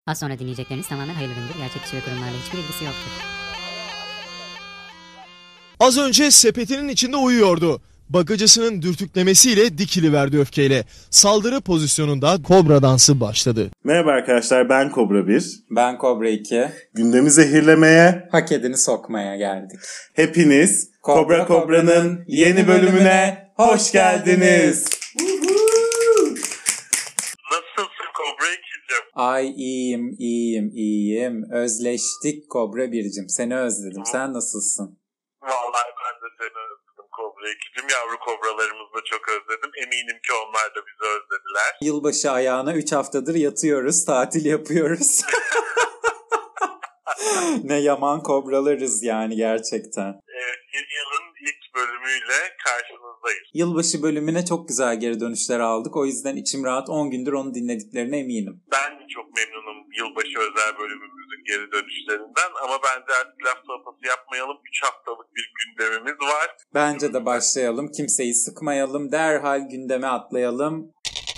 Az sonra dinleyecekleriniz tamamen hayırlı üründür. Gerçek kişi ve kurumlarla hiçbir ilgisi yoktur. Az önce sepetinin içinde uyuyordu. Bagacısının dürtüklemesiyle dikiliverdi öfkeyle. Saldırı pozisyonunda kobra dansı başladı. Merhaba arkadaşlar, ben Kobra 1. Ben Kobra 2. Gündemi zehirlemeye, Hak edeni sokmaya geldik. hepiniz Kobra Kobra'nın yeni bölümüne hoş geldiniz. Nasılsın Kobra 2'cim? Ay iyiyim. Özleştik Kobra 1'cim. Seni özledim. Sen nasılsın? Vallahi ben de seni özledim Kobra 2'cim. Yavru kobralarımızı da çok özledim. Eminim ki onlar da bizi özlediler. Yılbaşı ayağına 3 haftadır yatıyoruz. Tatil yapıyoruz. Ne yaman kobralarız yani gerçekten. Evet, yeni yılın ilk bölümüyle karşınızdayız. Yılbaşı bölümüne çok güzel geri dönüşler aldık. O yüzden içim rahat 10 gündür onu dinlediklerine eminim. Ben de çok memnunum yılbaşı özel bölümümüzün geri dönüşlerinden. Ama bence artık laf salatası yapmayalım. 3 haftalık bir gündemimiz var. Bence de başlayalım. Kimseyi sıkmayalım. Derhal gündeme atlayalım.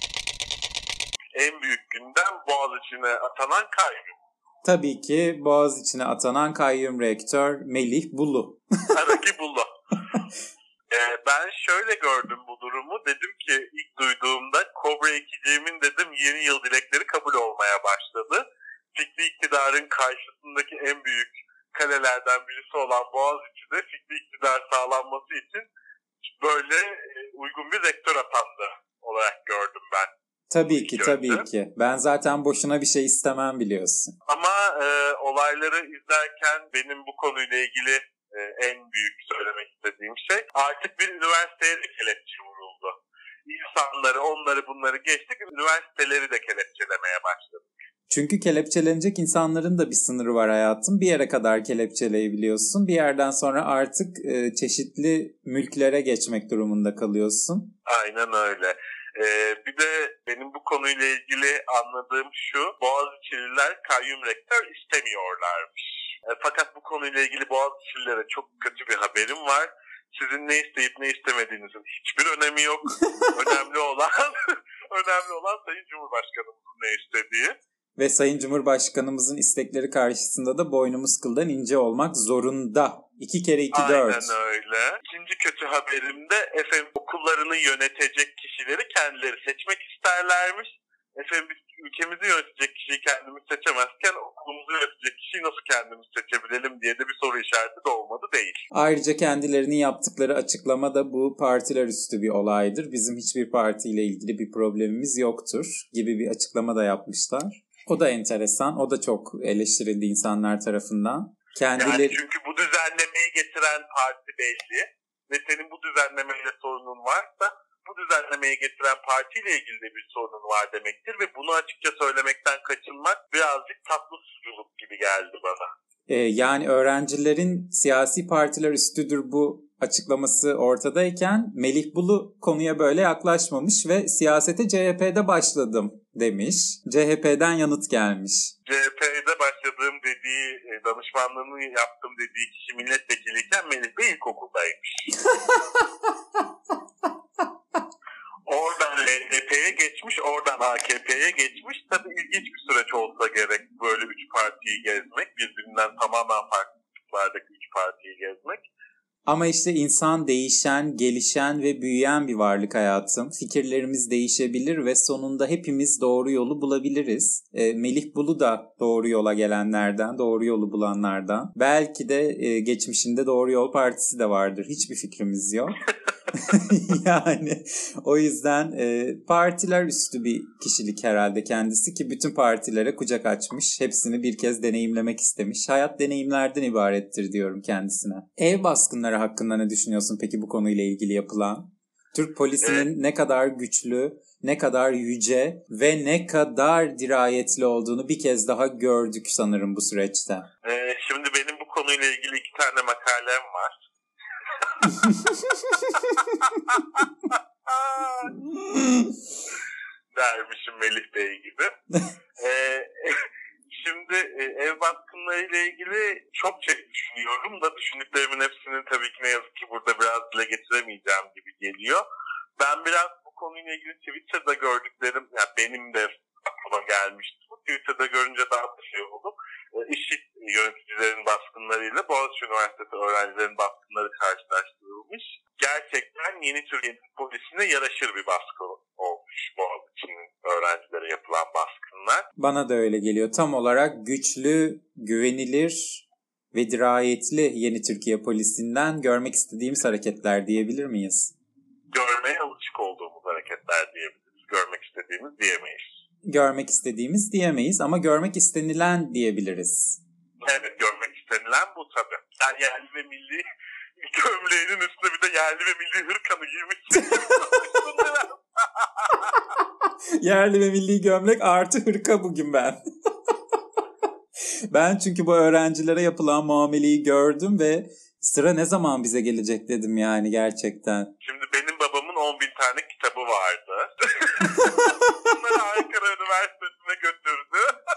En büyük gündem Boğaziçi'ne atanan kayyum. Tabii ki Boğaziçi'ne atanan kayyum rektör Melih Bulu. Aradaki buldu. Ben şöyle gördüm bu durumu. Dedim ki ilk duyduğumda Kobra 2'ciğimin dedim yeni yıl dilekleri kabul olmaya başladı. Fikri iktidarın karşısındaki en büyük kalelerden birisi olan Boğaziçi'de fikri iktidar sağlanması için böyle uygun bir rektör atandı olarak gördüm ben. Tabii ki. Ben zaten boşuna bir şey istemem biliyorsun. Ama olayları izlerken benim bu konuyla ilgili en büyük söylemek istediğim şey artık bir üniversiteye de kelepçe vuruldu. İnsanları, onları bunları geçtik, üniversiteleri de kelepçelemeye başladık. Çünkü kelepçelenecek insanların da bir sınırı var hayatım. Bir yere kadar kelepçeleyebiliyorsun. Bir yerden sonra artık çeşitli mülklere geçmek durumunda kalıyorsun. Aynen öyle. Bir de benim bu konuyla ilgili anladığım şu, Boğaziçi'liler kayyum rektör istemiyorlarmış. Fakat bu konuyla ilgili Boğaziçi'lilere çok kötü bir haberim var. Sizin ne isteyip ne istemediğinizin hiçbir önemi yok. önemli olan Sayın Cumhurbaşkanımızın ne istediği. Ve Sayın Cumhurbaşkanımızın istekleri karşısında da boynumuz kıldan ince olmak zorunda. 2 kere 2 4. Aynen öyle. İkinci kötü haberim de efendim okullarını yönetecek kişileri kendileri seçmek isterlermiş. Efendim biz ülkemizi yönetecek kişiyi kendimiz seçemezken okulumuzu yönetecek kişiyi nasıl kendimiz seçebilelim diye de bir soru işareti doğmadı değil. Ayrıca kendilerinin yaptıkları açıklama da bu partiler üstü bir olaydır. Bizim hiçbir partiyle ilgili bir problemimiz yoktur gibi bir açıklama da yapmışlar. O da enteresan. O da çok eleştirildi insanlar tarafından. Yani çünkü bu düzenlemeyi getiren parti belli ve senin bu düzenlemeyle sorunun varsa bu düzenlemeyi getiren partiyle ilgili de bir sorunun var demektir ve bunu açıkça söylemekten kaçınmak birazcık tatlı suçluluk gibi geldi bana. Yani öğrencilerin siyasi partiler üstüdür bu açıklaması ortadayken Melih Bulu konuya böyle yaklaşmamış ve siyasete CHP'de başladım demiş. CHP'den yanıt gelmiş. CHP'de başladığım dediği, danışmanlığını yaptım dediği kişi milletvekiliyken Melih Bey ilkokuldaymış. Oradan LDP'ye geçmiş, oradan AKP'ye geçmiş. Tabii ilginç bir süreç olsa gerek böyle 3 partiyi gezmek, birbirinden tamamen farklı kutuplardaki 3 partiyi gezmek. Ama işte insan değişen, gelişen ve büyüyen bir varlık hayatım. Fikirlerimiz değişebilir ve sonunda hepimiz doğru yolu bulabiliriz. Melih Bulu da doğru yola gelenlerden, doğru yolu bulanlardan. Belki de geçmişinde Doğru Yol Partisi de vardır. Hiçbir fikrimiz yok. Yani o yüzden partiler üstü bir kişilik herhalde kendisi ki bütün partilere kucak açmış. Hepsini bir kez deneyimlemek istemiş. Hayat deneyimlerden ibarettir diyorum kendisine. Ev baskınları hakkında ne düşünüyorsun peki bu konuyla ilgili yapılan? Türk polisinin ne kadar güçlü, ne kadar yüce ve ne kadar dirayetli olduğunu bir kez daha gördük sanırım bu süreçte. Şimdi benim bu konuyla ilgili 2 tane makalem var. Dermişim Melih Bey gibi. Şimdi ev baskınlarıyla ilgili çok şey düşünüyorum da düşündüklerimin hepsini tabii ki ne yazık ki burada biraz dile getiremeyeceğim gibi geliyor. Ben biraz bu konuyla ilgili Twitter'da gördüklerim, yani benim de aklıma gelmişti. Twitter'da görünce daha bir şey oldu. IŞİD yöneticilerin baskınlarıyla Boğaziçi Üniversitesi öğrencilerin baskınları karşılaştırılmış. Gerçekten yeni Türkiye polisine yaraşır bir baskı olmuş Boğaziçi'nin öğrencilere yapılan baskınlar. Bana da öyle geliyor. Tam olarak güçlü, güvenilir ve dirayetli yeni Türkiye polisinden görmek istediğimiz hareketler diyebilir miyiz? Görmeye alışık olduğumuz hareketler diyebiliriz. Görmek istediğimiz diyemeyiz. Görmek istediğimiz diyemeyiz ama görmek istenilen diyebiliriz. Evet, görmek istenilen bu tabii. Yani yerli ve milli gömleğinin üstüne bir de yerli ve milli hırkanı giymişsin. Yerli ve milli gömlek artı hırka bugün ben. Ben çünkü bu öğrencilere yapılan muameleyi gördüm ve sıra ne zaman bize gelecek dedim yani gerçekten. Şimdi benim babamın 10.000 tane kitabı vardı. Bunları Ankara Üniversitesi'ne götürdü.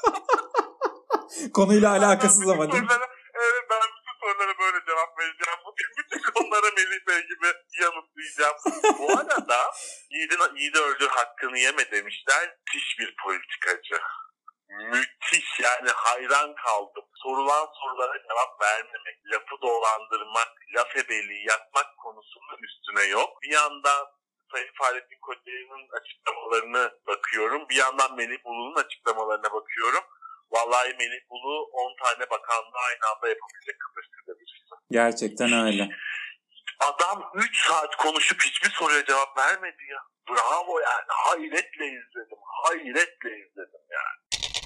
Konuyla alakasız ama değil mi? Evet, ben bütün sorulara böyle cevap vereceğim. Bugün bütün konulara Melih Bey gibi yanıtlayacağım. Bu arada yiğidin öldür hakkını yeme demişler. Müthiş bir politikacı. Müthiş, yani hayran kaldım. Sorulan sorulara cevap vermemek, lafı dolandırmak, laf ebeliği yapmak konusunda üstüne yok. Bir yandan Sayın Fahrettin Kocayı'nın açıklamalarına bakıyorum. Bir yandan Melih Bulu'nun açıklamalarına bakıyorum. Vallahi Melih Bulu 10 tane bakanlığı aynı anda yapabilecek kapasitede birisi. Gerçekten öyle. Adam 3 saat konuşup hiçbir soruya cevap vermedi ya. Bravo yani. Hayretle izledim. Hayretle izledim yani.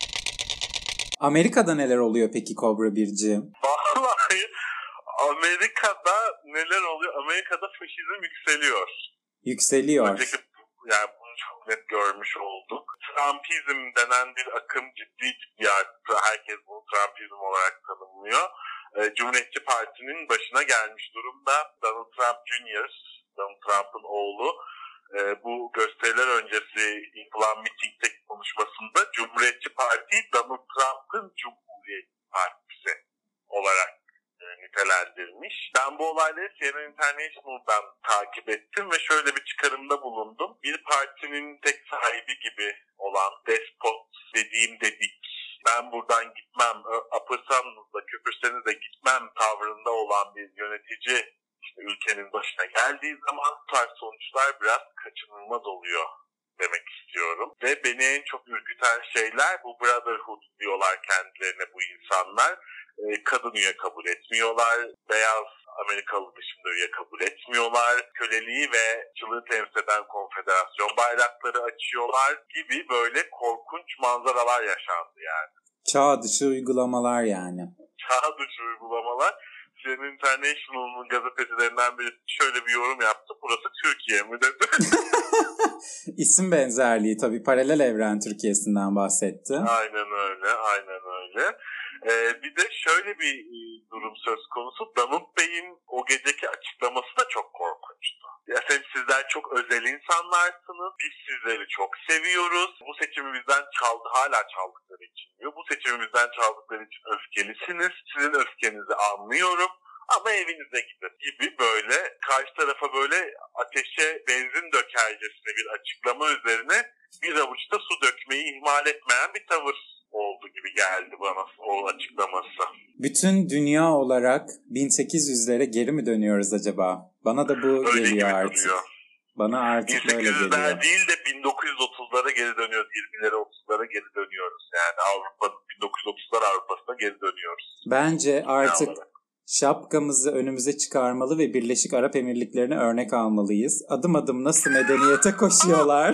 Amerika'da neler oluyor peki Kobra Birciğim? Vallahi Amerika'da neler oluyor? Amerika'da faşizm yükseliyor. Yükseliyor. Önceki, yani bunu çok net görmüş olduk. Trumpizm denen bir akım ciddi arttı. Herkes bunu Trumpizm olarak tanımlıyor. Cumhuriyetçi Parti'nin başına gelmiş durumda. Donald Trump Jr., Donald Trump'ın oğlu, bu gösteriler öncesi yapılan mitingdeki konuşmasında Cumhuriyetçi Parti'yi Donald Trump'ın Cumhuriyet Partisi olarak nitelendirmiş. Ben bu olayları CNN International'dan takip ettim ve şöyle bir çıkarımda bulundum. Bir partinin tek sahibi gibi olan despot dediğim dedik, ben buradan gitmem, apırsanız da köpürseniz de gitmem tavrında olan bir yönetici işte ülkenin başına geldiği zaman bu tarz sonuçlar biraz kaçınılmaz oluyor demek istiyorum. Ve beni en çok ürküten şeyler bu Brotherhood diyorlar kendilerine bu insanlar. Kadın üye kabul etmiyorlar, beyaz Amerikalı dışında üye kabul etmiyorlar, köleliği ve ırkçılığı temsil eden konfederasyon bayrakları açıyorlar gibi böyle korkunç manzaralar yaşandı yani. Çağ dışı uygulamalar yani. Çağ dışı uygulamalar. CNN International'ın gazetecilerinden biri şöyle bir yorum yaptı. Burası Türkiye mi dedi. İsim benzerliği tabii, paralel evren Türkiye'sinden bahsetti. Aynen öyle, aynen öyle. Bir de şöyle bir durum söz konusu. Donald Bey'in o geceki açıklaması da çok korkunçtu. Efendim, sizler çok özel insanlarsınız. Biz sizleri çok seviyoruz. Bu seçimi bizden hala çaldıkları için diyor. Bu seçimi bizden çaldıkları için öfkelisiniz. Sizin öfkenizi anlıyorum. Ama evinize gidin gibi böyle karşı tarafa böyle ateşe benzin dökercesine bir açıklama üzerine bir avuçta su dökmeyi ihmal etmeyen bir tavır oldu gibi geldi bana o açıklaması. Bütün dünya olarak 1800'lere geri mi dönüyoruz acaba? Bana da bu öyle geliyor artık. Duruyor. Bana artık böyle geliyor. 1800'ler değil de 1930'lara geri dönüyoruz. 20'lere 30'lara geri dönüyoruz. Yani Avrupa 1930'lar Avrupa'sına geri dönüyoruz. Bence artık şapkamızı önümüze çıkarmalı ve Birleşik Arap Emirlikleri'ne örnek almalıyız. Adım adım nasıl medeniyete koşuyorlar.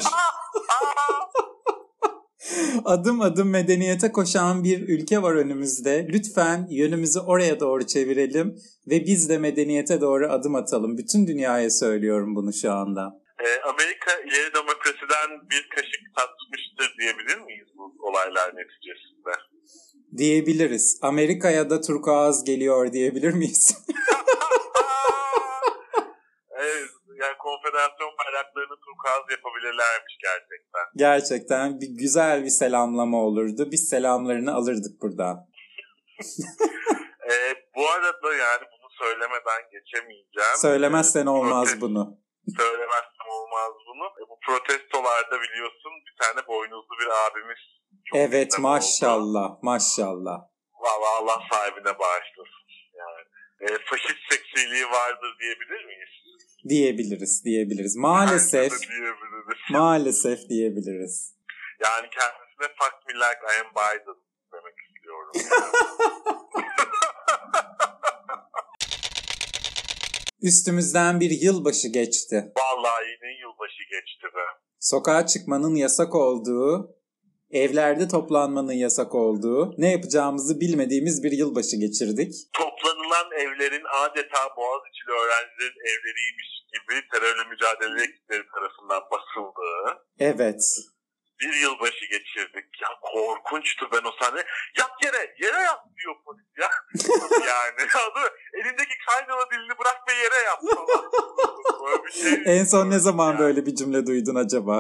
Adım adım medeniyete koşan bir ülke var önümüzde. Lütfen yönümüzü oraya doğru çevirelim ve biz de medeniyete doğru adım atalım. Bütün dünyaya söylüyorum bunu şu anda. Amerika ileri demokrasiden bir kaşık tatmıştır diyebilir miyiz bu olaylar neticesinde? Diyebiliriz. Amerika'ya da turkuaz geliyor diyebilir miyiz? Evet, yani konfederasyon bayraklarını turkuaz yapabilirlermiş gerçekten. Gerçekten güzel bir selamlama olurdu. Biz selamlarını alırdık buradan. Bu arada yani bunu söylemeden geçemeyeceğim. Söylemezsen olmaz bunu. Söylemezsem olmaz bunu. Bu protestolarda biliyorsun bir tane boynuzlu bir abimiz çok Evet, gündem oldu. maşallah, maşallah. Vallahi Allah sahibine bağışlasın. Yani faşist seksiliği vardır diyebilir miyiz? Diyebiliriz. Maalesef, Bence de diyebiliriz. maalesef diyebiliriz. Yani kendisine fuck me like I am Biden demek istiyorum. Üstümüzden bir yılbaşı geçti. Vallahi yine yılbaşı geçti be. Sokağa çıkmanın yasak olduğu, evlerde toplanmanın yasak olduğu, ne yapacağımızı bilmediğimiz bir yılbaşı geçirdik. Toplanılan evlerin adeta Boğaziçi'li öğrencilerin evleriymiş gibi terörle mücadele ekipleri tarafından basıldığı Evet. bir yılbaşı geçirdik. Ya korkunçtu ben o sahne. Yat yere yat diyor polis ya. Yani elindeki kaynana dilini bırak ve yere yat falan. Böyle bir şey. En son ne zaman Yani. böyle bir cümle duydun acaba?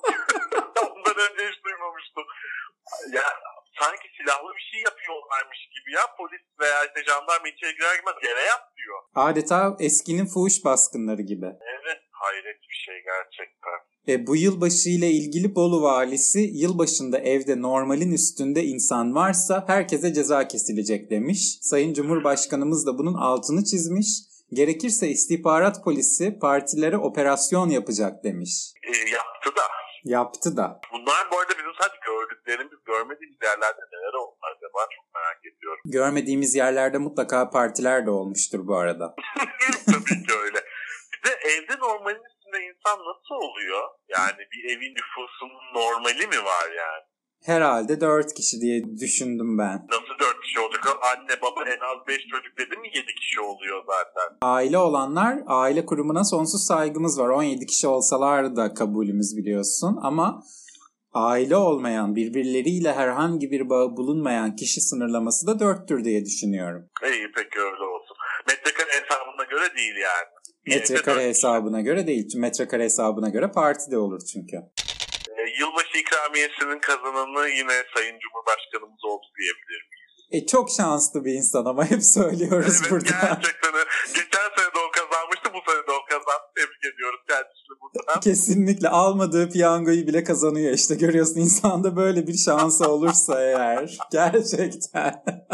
Ondan önce hiç duymamıştım. Ya sanki silahlı bir şey yapıyorlarmış gibi ya. Polis veya işte jandarma içeri girer girmez yere yat diyor. Adeta eskinin fuhuş baskınları gibi. Evet, hayret bir şey gerçekten. Bu yılbaşı ile ilgili Bolu valisi yılbaşında evde normalin üstünde insan varsa herkese ceza kesilecek demiş. Sayın Cumhurbaşkanımız da bunun altını çizmiş. Gerekirse istihbarat polisi partilere operasyon yapacak demiş. Yaptı da. Yaptı da. Bunlar bu arada bizim sadece gördüklerimiz, görmediğimiz yerlerde neler oldu acaba çok merak ediyorum. Görmediğimiz yerlerde mutlaka partiler de olmuştur bu arada. Tabii ki öyle. Bir de evde normalin üstünde insan nasıl oluyor? Yani bir evin nüfusunun normali mi var yani? Herhalde 4 kişi diye düşündüm ben. Nasıl 4 kişi olacak? Anne baba en az 5 çocuk dedi mi 7 kişi oluyor zaten. Aile olanlar, aile kurumuna sonsuz saygımız var. 17 kişi olsalar da kabulümüz biliyorsun. Ama aile olmayan, birbirleriyle herhangi bir bağı bulunmayan kişi sınırlaması da 4'tür diye düşünüyorum. İyi peki öyle olsun. Metrekare hesabına göre değil yani. Metrekare hesabına göre değil. Metrekare hesabına göre parti de olur çünkü. Yılbaşı ikramiyesinin kazananı yine Sayın Cumhurbaşkanımız oldu diyebilir miyiz? Çok şanslı bir insan ama hep söylüyoruz Evet, burada. gerçekten. Geçen sene de o kazanmıştı, bu sene de o kazandı. Tebrik ediyoruz kendisini buradan. Kesinlikle almadığı piyangoyu bile kazanıyor. İşte görüyorsun, insanda böyle bir şansı olursa eğer. Gerçekten.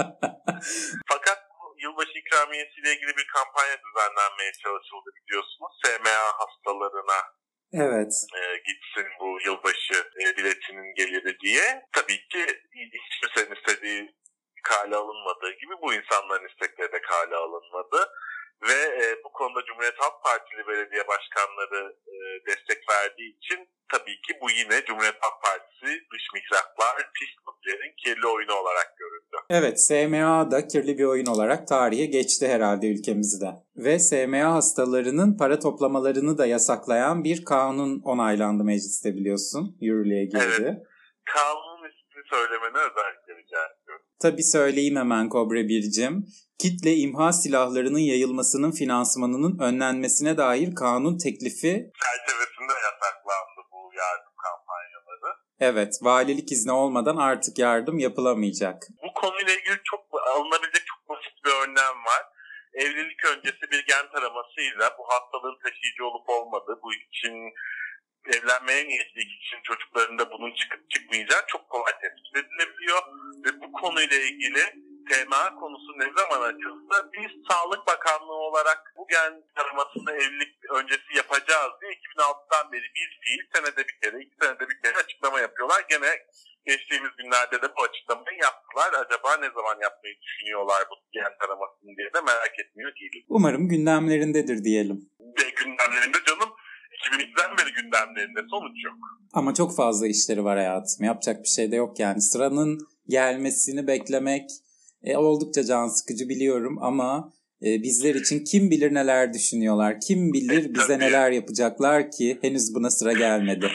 Fakat bu yılbaşı ikramiyesiyle ilgili bir kampanya düzenlenmeye çalışıldı biliyorsunuz. SMA hastalarına Evet. gitsin bu yılbaşı biletinin geliri diye. Tabii ki hiç kimsenin istediği kale alınmadığı gibi bu insanların istekleri de kale alınmadı. Ve bu konuda Cumhuriyet Halk Partili belediye başkanları destek verdiği için tabii ki bu yine Cumhuriyet Halk Partisi dış mihraklar, pis kulüplerin kirli oyunu olarak görüldü. Evet, SMA da kirli bir oyun olarak tarihe geçti herhalde ülkemizde. Ve SMA hastalarının para toplamalarını da yasaklayan bir kanun onaylandı mecliste biliyorsun. Yürürlüğe girdi. Evet. Kanunun ismini söylemene özellikle rica ediyorum. Tabii söyleyeyim hemen Kobra Bircim. Kitle imha silahlarının yayılmasının finansmanının önlenmesine dair kanun teklifi Çerçevesinde yasaklandı bu yardım kampanyaları. evet, valilik izni olmadan artık yardım yapılamayacak. Bu konuyla ilgili çok alınabilecek çok basit bir önlem var. Evlilik öncesi bir gen taramasıyla bu hastalığın taşıyıcı olup olmadığı, bu için evlenmeye niyetli iki kişinin çocuklarında bunun çıkıp çıkmayacağı çok kolay tespit edilebiliyor. Ve bu konuyla ilgili SMA konusu ne zaman açılsa biz Sağlık Bakanlığı olarak bu gen taramasını evlilik öncesi yapacağız diye 2006'dan beri bir fiil senede bir kere, 2 senede bir kere açıklama yapıyorlar. Gene geçtiğimiz günlerde de bu açıklamayı yaptılar. Acaba ne zaman yapmayı düşünüyorlar bu gen taramasını diye de merak etmiyor değilim. Umarım gündemlerindedir diyelim. Ve gündemlerinde canım 2002'den beri gündemlerinde sonuç yok. Ama çok fazla işleri var hayatım. Yapacak bir şey de yok yani. Sıranın gelmesini beklemek oldukça can sıkıcı biliyorum ama bizler için kim bilir neler düşünüyorlar. Kim bilir bize Tabii. neler yapacaklar ki henüz buna sıra gelmedi.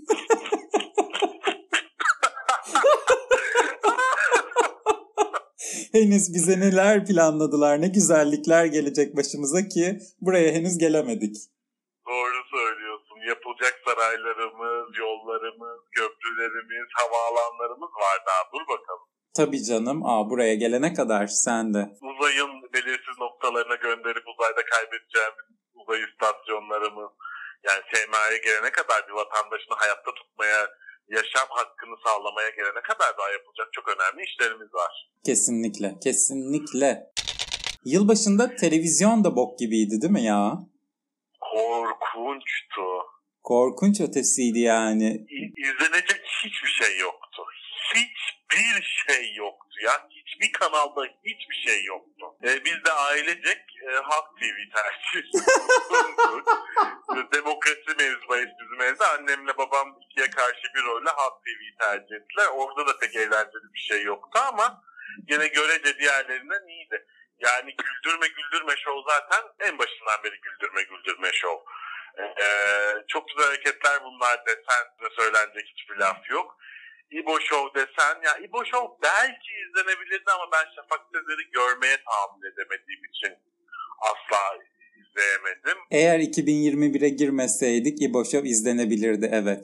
Henüz bize neler planladılar, ne güzellikler gelecek başımıza ki buraya henüz gelemedik. Doğru söylüyorsun. Yapılacak saraylarımız, yollarımız, köprülerimiz, havaalanlarımız var daha. Dur bakalım. Tabii canım. Buraya gelene kadar sen de. Uzayın belirsiz noktalarına gönderip uzayda kaybedeceğimiz uzay istasyonlarımız. Yani SMA'ya gelene kadar bir vatandaşını hayatta tutmaya, yaşam hakkını sağlamaya gelene kadar daha yapılacak çok önemli işlerimiz var. Kesinlikle, kesinlikle. Yılbaşında televizyon da bok gibiydi değil mi ya? Korkunçtu. Korkunç ötesiydi yani. İzlenecek hiçbir şey yoktu. Hiçbir şey yoktu ya. Hiçbir kanalda hiçbir şey yoktu. Biz de ailecek Halk TV tercih ettik. Demokrasi mevzu bahis bizim evde. Annemle babam 2'ye karşı bir rolle Halk TV'yi tercih ettiler. Orada da pek eğlenceli bir şey yoktu ama gene görece diğerlerinden iyiydi. Yani güldürme şov zaten en başından beri güldürme şov. Çok güzel hareketler bunlar desen söylenecek hiçbir laf yok. İbo Show desen, ya İbo Show belki izlenebilirdi ama ben Şafak Sezer'i görmeye tahammül edemediğim için asla izleyemedim. Eğer 2021'e girmeseydik İbo Show izlenebilirdi, evet.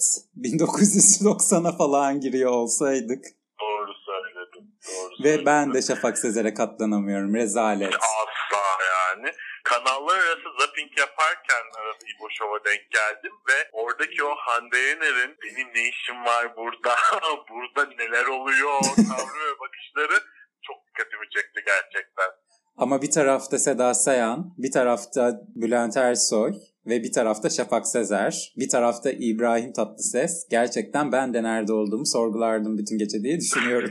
1990'a falan giriyor olsaydık. Doğru söyledim. Ve ben de Şafak Sezer'e katlanamıyorum. Rezalet. Asla yani. Kanallar arası zapping yaparken arada İbo Show'a denk geldim ve oradaki o Hande Yener'in benim ne işim var burada, burada neler oluyor tavrı ve bakışları çok dikkatimi çekti gerçekten. Ama bir tarafta Seda Sayan, bir tarafta Bülent Ersoy ve bir tarafta Şafak Sezer, bir tarafta İbrahim Tatlıses. Gerçekten ben de nerede olduğumu sorgulardım bütün gece diye düşünüyorum.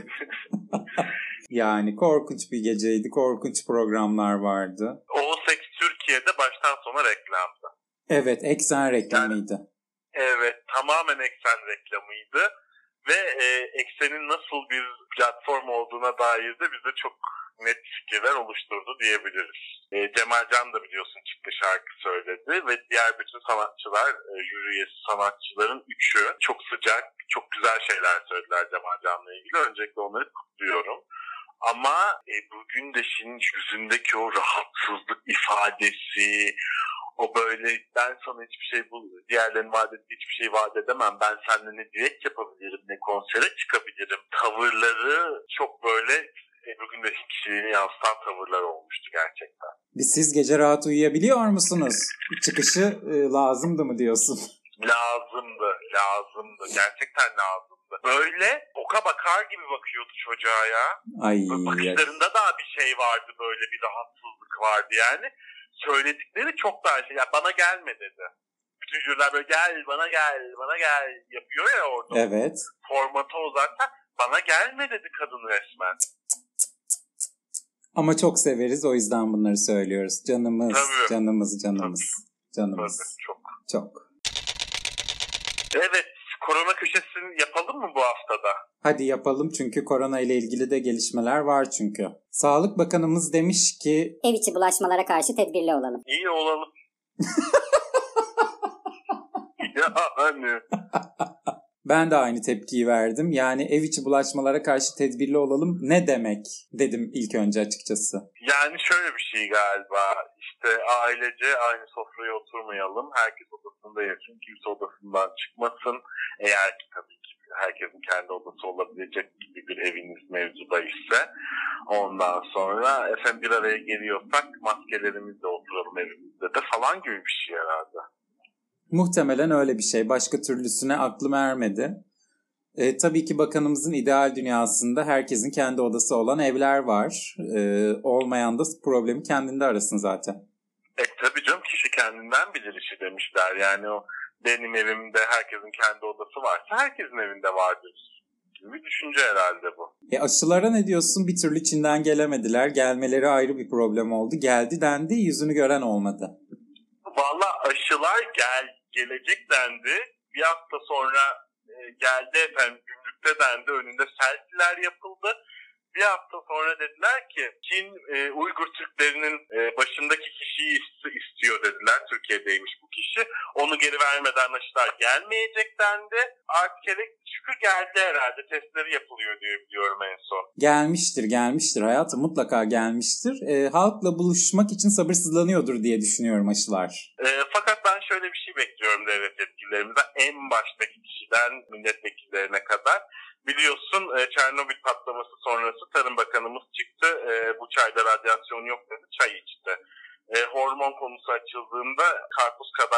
Yani korkunç bir geceydi, korkunç programlar vardı. O Seks Türkiye'de baştan sona reklamdı. Evet, Eksen reklamıydı. Evet, tamamen Eksen reklamıydı. Ve Eksen'in nasıl bir platform olduğuna dair de bize çok net fikirler oluşturdu diyebiliriz. Cemal Can da biliyorsun çıktı şarkı söyledi ve diğer bütün sanatçılar, jüri üyesi sanatçıların üçü çok sıcak, çok güzel şeyler söylediler Cemal Can'la ilgili. Öncelikle onları kutluyorum. Ama bugün de şimdi yüzündeki o rahatsızlık ifadesi, o böyle ben sana hiçbir şey diğerlerinin vaat ettiği hiçbir şey vaat edemem, ben seninle ne direkt yapabilirim ne konsere çıkabilirim tavırları çok böyle bugün de kişiliğini yansıtan tavırlar olmuştu gerçekten. Siz gece rahat uyuyabiliyor musunuz? Çıkışı lazımdı mı diyorsun? Lazımdı. Gerçekten lazımdı. Böyle oka bakar gibi bakıyordu çocuğa ya. Ay. Bakışlarında da bir şey vardı, böyle bir rahatsızlık vardı yani. Söyledikleri çok daha şey. Ya bana gelme dedi. Bütün jüriler böyle gel bana gel yapıyor ya orada. Evet. Formatı o zaten. Bana gelme dedi kadın resmen. Ama çok severiz, o yüzden bunları söylüyoruz. Canımız, tabii. Canımız. Tabii, Çok. Evet, korona köşesini yapalım mı bu haftada? Hadi yapalım, çünkü korona ile ilgili de gelişmeler var çünkü. Sağlık Bakanımız demiş ki Ev içi bulaşmalara karşı tedbirli olalım. İyi olalım. Yani. ben de aynı tepkiyi verdim. Yani ev içi bulaşmalara karşı tedbirli olalım ne demek dedim ilk önce açıkçası. Yani şöyle bir şey galiba. İşte ailece aynı sofraya oturmayalım. Herkes odasında yesin. Kimse odasından çıkmasın. Eğer ki tabii ki herkesin kendi odası olabilecek gibi bir eviniz mevzuda ise. Ondan sonra bir araya geliyorsak maskelerimizle oturalım evimizde de falan gibi bir şey herhalde. Muhtemelen öyle bir şey. Başka türlüsüne aklım ermedi. Tabii ki bakanımızın ideal dünyasında herkesin kendi odası olan evler var. Olmayan da problemi kendinde arasın zaten. Tabii canım, kişi kendinden bilir işi demişler. Yani o benim evimde herkesin kendi odası varsa herkesin evinde vardır gibi bir düşünce herhalde bu. Aşılara ne diyorsun? Bir türlü Çin'den gelemediler. Gelmeleri ayrı bir problem oldu. Geldi dendi, yüzünü gören olmadı. Valla aşılar gelecek dendi. Bir hafta sonra geldi efendim, gümrükte dendi. Önünde selfie'ler yapıldı. Bir hafta sonra dediler ki Çin Uygur Türklerinin başındaki kişiyi istiyor dediler. Türkiye'deymiş bu kişi. Onu geri vermeden aşılar gelmeyecek dendi. Artık şükür geldi herhalde. Testleri yapılıyor diye biliyorum en son. Gelmiştir hayatım, mutlaka gelmiştir. Halkla buluşmak için sabırsızlanıyordur diye düşünüyorum aşılar. Fakat ben şöyle bir şey bekliyorum devlet yetkililerimizden. En baştaki kişiden milletvekillerine kadar. Biliyorsun Çernobil patlaması sonrası Tarım Bakanımız çıktı. Bu çayda radyasyon yok dedi. Çay içti. Hormon konusu açıldığında karpuz kadar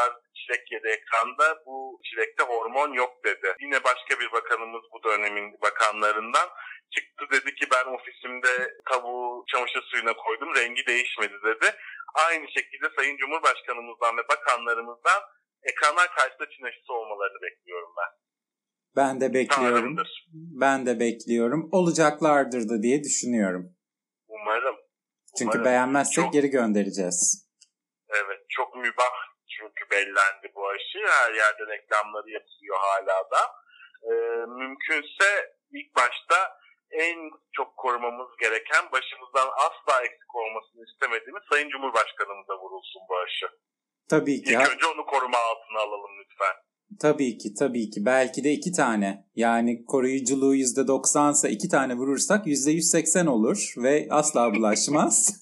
çilek yedi ekranda, bu çilekte hormon yok dedi. Yine başka bir bakanımız, bu dönemin bakanlarından çıktı, dedi ki ben ofisimde tavuğu çamaşır suyuna koydum, rengi değişmedi dedi. Aynı şekilde Sayın Cumhurbaşkanımızdan ve bakanlarımızdan ekranlar karşısında Çin aşısı olmalarını bekliyorum ben. Ben de bekliyorum. Tanrımdır. Ben de bekliyorum. Olacaklardır da diye düşünüyorum. Umarım. Çünkü beğenmezsek Çok- geri göndereceğiz. Evet, çok mübah çünkü bellendi bu aşı. Her yerde reklamları yapılıyor hala da. Mümkünse ilk başta en çok korumamız gereken, başımızdan asla eksik olmasını istemediğimiz Sayın Cumhurbaşkanımıza vurulsun bu aşı. Tabii ki. İlk önce onu koruma altına alalım lütfen. Tabii ki. Belki de 2 tane. Yani koruyuculuğu %90 ise 2 tane vurursak %180 olur ve asla bulaşmaz.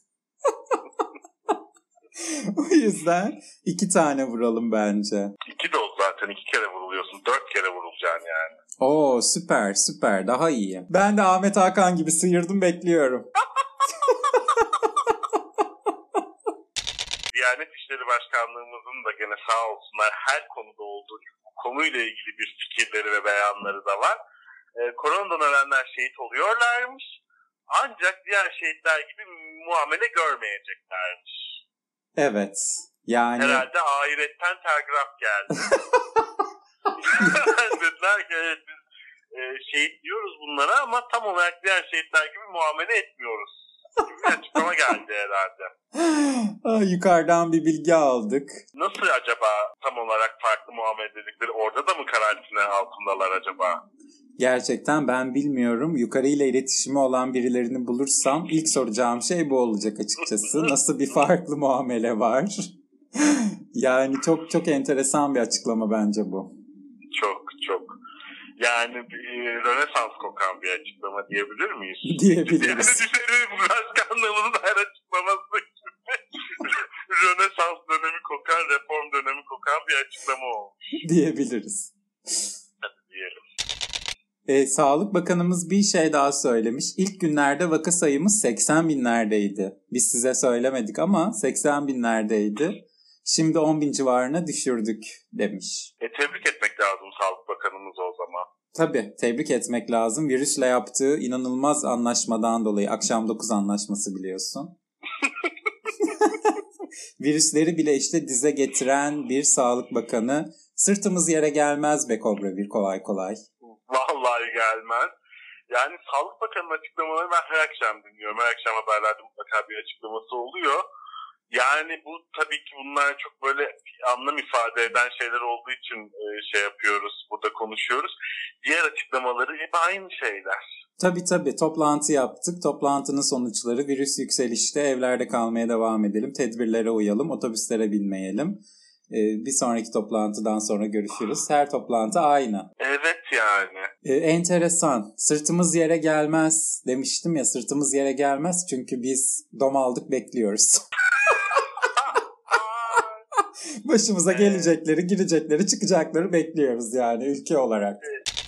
O yüzden 2 tane vuralım bence. 2 doz zaten, 2 kere vuruluyorsun. 4 kere vurulacaksın yani. Oo, süper daha iyi. Ben de Ahmet Hakan gibi sıyırdım, bekliyorum. Diyanet İşleri Başkanlığımızın da gene sağ olsunlar her konuda olduğu gibi bu konuyla ilgili bir fikirleri ve beyanları da var. Koronadan ölenler şehit oluyorlarmış. Ancak diğer şehitler gibi muamele görmeyeceklermiş. Evet. Yani Herhalde ahiretten telgraf geldi. Dediler ki evet, biz şehit diyoruz bunlara ama tam olarak diğer şehitler gibi muamele etmiyoruz. Gibi bir açıklama geldi herhalde. yukarıdan bir bilgi aldık. Nasıl acaba tam olarak farklı muamele dedikleri, orada da mı karantina altındalar acaba? Gerçekten ben bilmiyorum. Yukarıyla iletişimi olan birilerini bulursam ilk soracağım şey bu olacak açıkçası. Nasıl bir farklı muamele var? Yani çok enteresan bir açıklama bence bu. Çok. Yani Rönesans kokan bir açıklama diyebilir miyiz? Diyebiliriz. Yani Başkanlığımızın her açıklaması gibi Rönesans dönemi kokan, reform dönemi kokan bir açıklama olmuş. Diyebiliriz. Hadi diyelim. Sağlık Bakanımız bir şey daha söylemiş. İlk günlerde vaka sayımız 80 binlerdeydi. Biz size söylemedik ama 80 binlerdeydi. Şimdi 10 bin civarına düşürdük demiş. Tebrik etmek lazım Sağlık Bakanımız o zaman. Tabii tebrik etmek lazım. Virüsle yaptığı inanılmaz anlaşmadan dolayı. Akşam 9 anlaşması biliyorsun. Virüsleri bile işte dize getiren bir Sağlık Bakanı. Sırtımız yere gelmez be Kobra bir kolay kolay. Vallahi gelmez. Yani Sağlık Bakanı'nın açıklamaları ben her akşam dinliyorum. Her akşam haberlerde mutlaka bir açıklaması oluyor. Yani bu tabii ki bunlar çok böyle anlam ifade eden şeyler olduğu için şey yapıyoruz, burada konuşuyoruz. Diğer açıklamaları hep aynı şeyler. Tabii toplantı yaptık. Toplantının sonuçları virüs yükselişte, evlerde kalmaya devam edelim, tedbirlere uyalım, otobüslere binmeyelim. Bir sonraki toplantıdan sonra görüşürüz. Her toplantı aynı. Evet yani. Enteresan. Sırtımız yere gelmez demiştim ya, sırtımız yere gelmez çünkü biz dom aldık, bekliyoruz. Başımıza gelecekleri, girecekleri, çıkacakları bekliyoruz yani ülke olarak.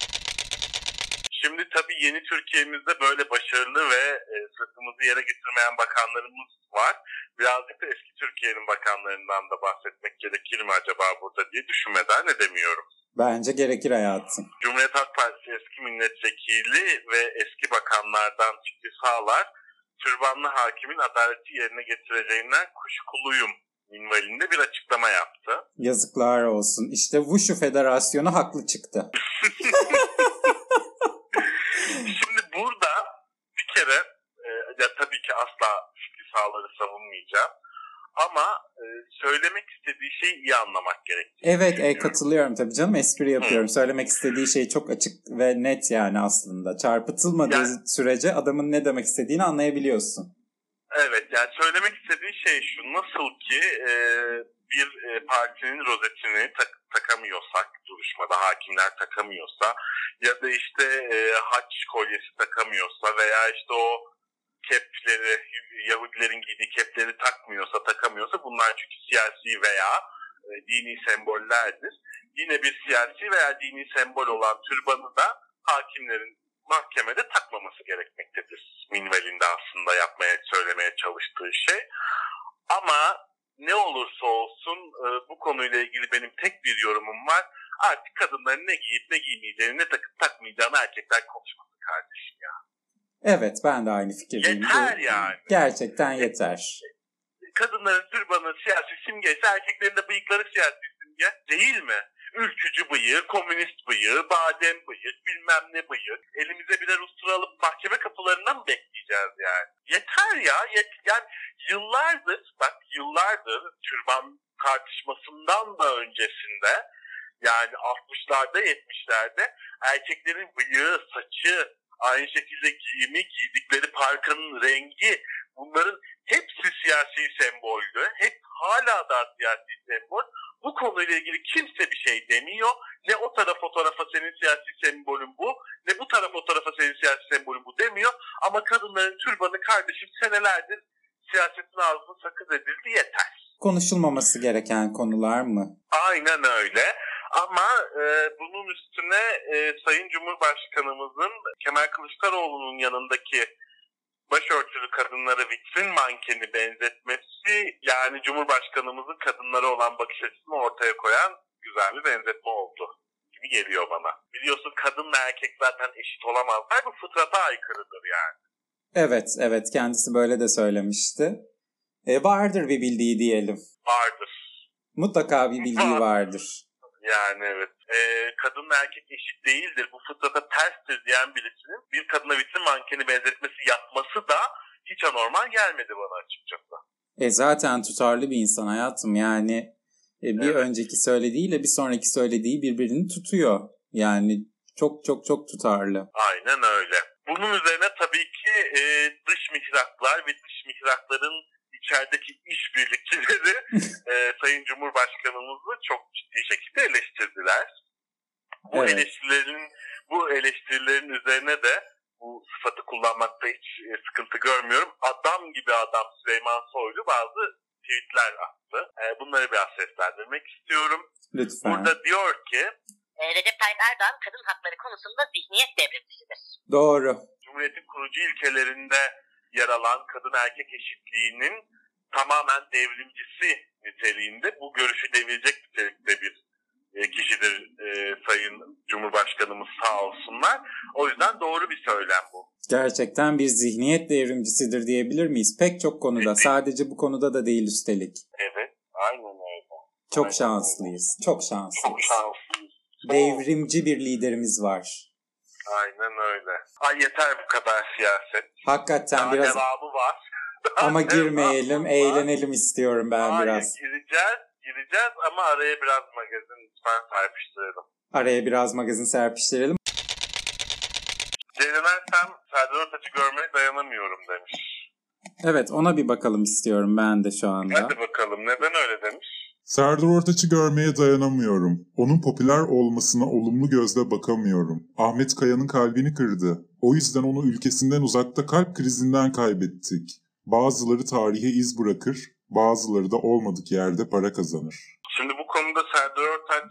Şimdi tabii yeni Türkiye'mizde böyle başarılı ve sırtımızı yere getirmeyen bakanlarımız var. Birazcık da eski Türkiye'nin bakanlarından da bahsetmek gerekir mi acaba burada diye düşünmeden edemiyorum. Bence gerekir hayatım. Cumhuriyet Halk Partisi eski milletvekili ve eski bakanlardan Fikri Sağlar, türbanlı hakimin adaleti yerine getireceğinden kuşkuluyum minvalinde bir açıklama yaptı. Yazıklar olsun. İşte Wushu Federasyonu haklı çıktı. Şimdi burada bir kere ya tabii ki asla Fikri Sağlar'ı savunmayacağım. Ama söylemek istediği şeyi iyi anlamak gerekiyor. Evet, katılıyorum tabii canım. Espri yapıyorum. Söylemek istediği şey çok açık ve net yani aslında. Çarpıtılmadığı sürece adamın ne demek istediğini anlayabiliyorsun. Evet, yani söylemek istediği şey şu: nasıl ki bir partinin rozetini takamıyorsak, duruşmada hakimler takamıyorsa ya da işte haç kolyesi takamıyorsa veya işte o kepleri, Yahudilerin giydiği kepleri takamıyorsa bunlar çünkü siyasi veya dini sembollerdir. Yine bir siyasi veya dini sembol olan türbanı da hakimlerin mahkemede takmaması gerekmektedir minvalinde aslında söylemeye çalıştığı şey. Ama ne olursa olsun bu konuyla ilgili benim tek bir yorumum var. Artık kadınların ne giyip ne giymeyeceğini, ne takıp takmayacağını erkekler konuşmasın kardeşim ya. Evet, ben de aynı fikirdeyim. Yeter yani. Gerçekten yeter. Kadınların türbanı siyasi simgesi, erkeklerin de bıyıkları siyasi simge değil mi? Ülkücü bıyık, komünist bıyık, badem bıyık, bilmem ne bıyık. Elimize birer ustura alıp mahkeme kapılarından mı bekleyeceğiz yani? Yeter ya. Yani yıllardır türban tartışmasından da öncesinde, yani 60'larda 70'lerde erkeklerin bıyığı, saçı, aynı şekilde giyimi, giydikleri parkanın rengi, bunların hepsi siyasi semboldü. Hep hala da siyasi sembol. Bu konuyla ilgili kimse bir şey demiyor. Ne o fotoğrafa senin siyasi sembolün bu, ne bu fotoğrafa senin siyasi sembolün bu demiyor. Ama kadınların türbanı kardeşim senelerdir siyasetin ağzına sakız edildi, yeter. Konuşulmaması gereken konular mı? Aynen öyle. Ama bunun üstüne Sayın Cumhurbaşkanımızın Kemal Kılıçdaroğlu'nun yanındaki başörtülü kadınlara vitrin mankeni benzetmesi, yani Cumhurbaşkanımızın kadınlara olan bakış açısını ortaya koyan güzel bir benzetme oldu gibi geliyor bana. Biliyorsun kadınla erkek zaten eşit olamazlar. Bu fıtrata aykırıdır yani. Evet, kendisi böyle de söylemişti. Vardır bir bildiği diyelim. Vardır. Mutlaka bir bildiği vardır. Yani evet. Kadınla erkek eşit değildir, bu fıtrata terstir diyen birisinin bir kadına vitrin mankeni benzetmesi yapması da hiç anormal gelmedi bana açıkçası. Zaten tutarlı bir insan hayatım. Yani bir önceki söylediğiyle bir sonraki söylediği birbirini tutuyor. Yani çok tutarlı. Aynen öyle. Bunun üzerine tabii ki dış mihraklar ve dış mihrakların içerideki işbirlikçileri Sayın Cumhurbaşkanımızı çok ciddi şekilde eleştirdiler. Bu eleştirilerin üzerine de bu sıfatı kullanmakta hiç sıkıntı görmüyorum. Adam gibi adam Süleyman Soylu bazı tweetler attı. Bunları biraz seslendirmek istiyorum. Lütfen. Burada diyor ki Recep Tayyip Erdoğan kadın hakları konusunda zihniyet devrimcisidir. Doğru. Cumhuriyet'in kurucu ilkelerinde yer alan kadın erkek eşitliğinin tamamen devrimcisi niteliğinde, bu görüşü devirecek nitelikte bir kişidir Sayın Cumhurbaşkanımız, sağ olsunlar. O yüzden doğru bir söylem bu. Gerçekten bir zihniyet devrimcisidir diyebilir miyiz? Pek çok konuda. Sadece bu konuda da değil üstelik. Evet, aynen öyle. Çok şanslıyız. Çok şanslıyız. Devrimci bir liderimiz var. Aynen öyle. Ay yeter bu kadar siyaset. Hakikaten Daha biraz devamı var. ama girmeyelim, eğlenelim istiyorum ben Hayır, biraz. gireceğiz ama araya biraz magazin lütfen serpiştirelim. Araya biraz magazin serpiştirelim. Ceylan Ersem, Serdar Ortaç'ı görmeye dayanamıyorum demiş. Evet, ona bir bakalım istiyorum ben de şu anda. Hadi bakalım, neden öyle demiş? Serdar Ortaç'ı görmeye dayanamıyorum. Onun popüler olmasına olumlu gözle bakamıyorum. Ahmet Kaya'nın kalbini kırdı. O yüzden onu ülkesinden uzakta kalp krizinden kaybettik. Bazıları tarihe iz bırakır, bazıları da olmadık yerde para kazanır. Şimdi bu konuda Serdar Ortaç